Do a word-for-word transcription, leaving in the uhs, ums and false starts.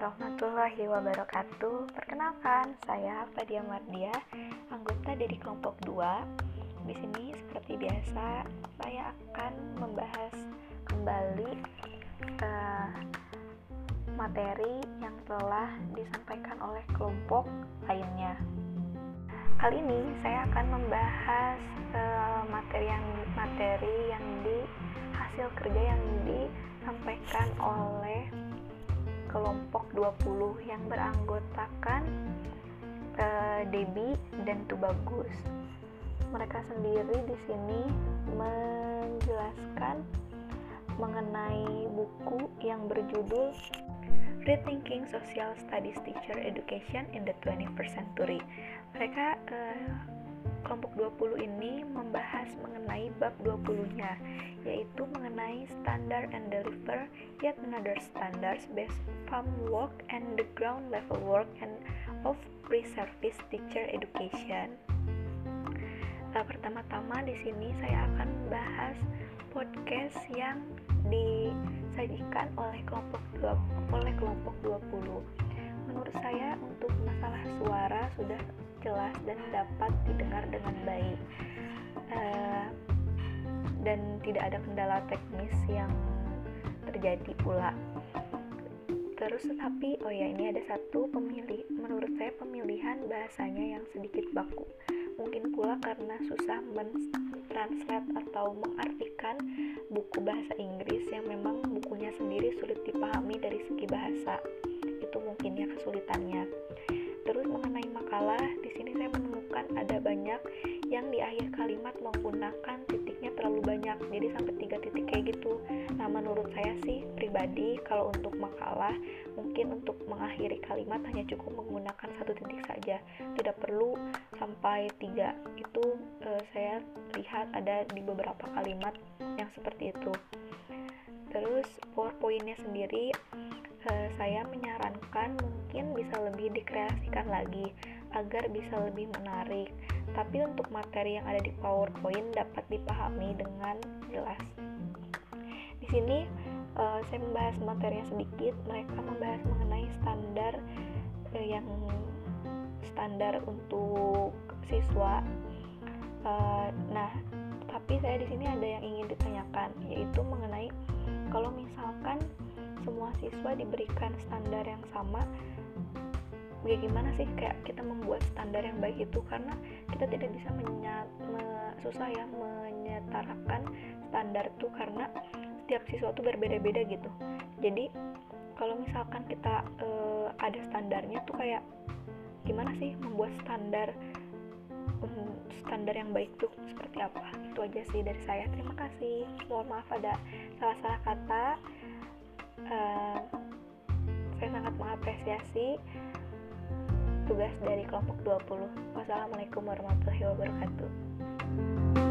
warahmatullahi wabarakatuh. Perkenalkan, saya Fadia Mardia, anggota dari kelompok dua. Di sini seperti biasa, saya akan membahas kembali uh, materi yang telah disampaikan oleh kelompok lainnya. Kali ini saya akan membahas uh, materi yang materi yang di hasil kerja yang disampaikan oleh kelompok dua puluh yang beranggotakan uh, Debbie dan Tubagus. Mereka sendiri di sini menjelaskan mengenai buku yang berjudul Rethinking Social Studies Teacher Education in the twenty-first Century. Mereka uh, kelompok dua puluh ini membahas mengenai bab dua puluh-nya, yaitu mengenai standard and deliver yet another standards based farm work and the ground level work and of pre-service teacher education. Nah, pertama-tama di sini saya akan membahas podcast yang disajikan oleh kelompok dua, oleh kelompok dua puluh. Menurut saya untuk masalah suara sudah jelas dan dapat didengar dengan baik, uh, dan tidak ada kendala teknis yang terjadi pula. Terus tetapi oh ya ini ada satu pemilih menurut saya pemilihan bahasanya yang sedikit baku. Mungkin pula karena susah men-translate atau mengartikan buku bahasa Inggris yang memang bukunya sendiri sulit dipahami dari segi bahasa. Itu mungkin ya kesulitannya. Terus mengenai makalah, di sini saya menemukan ada banyak yang di akhir kalimat menggunakan titiknya terlalu banyak, jadi sampai tiga titik kayak gitu. Nah, menurut saya sih pribadi kalau untuk makalah mungkin untuk mengakhiri kalimat hanya cukup menggunakan satu titik saja, tidak perlu sampai tiga. Itu eh, saya lihat ada di beberapa kalimat yang seperti itu. Terus PowerPoint-nya sendiri eh, saya menyarankan mungkin bisa lebih dikreasikan lagi agar bisa lebih menarik. Tapi untuk materi yang ada di PowerPoint dapat dipahami dengan jelas. Di sini uh, saya membahas materinya sedikit. Mereka membahas mengenai standar uh, yang standar untuk siswa. Uh, nah, tapi saya di sini ada yang ingin ditanyakan, yaitu mengenai kalau misalkan semua siswa diberikan standar yang sama, bagaimana sih kayak kita membuat standar yang baik itu, karena kita tidak bisa menyat, me, susah ya menyetarakan standar itu karena setiap siswa itu berbeda-beda gitu. Jadi kalau misalkan kita e, ada standarnya tuh kayak gimana sih membuat standar um, standar yang baik tuh seperti apa? Itu aja sih dari saya. Terima kasih. Mohon maaf ada salah-salah kata. Uh, saya sangat mengapresiasi tugas dari kelompok dua puluh. Wassalamualaikum warahmatullahi wabarakatuh.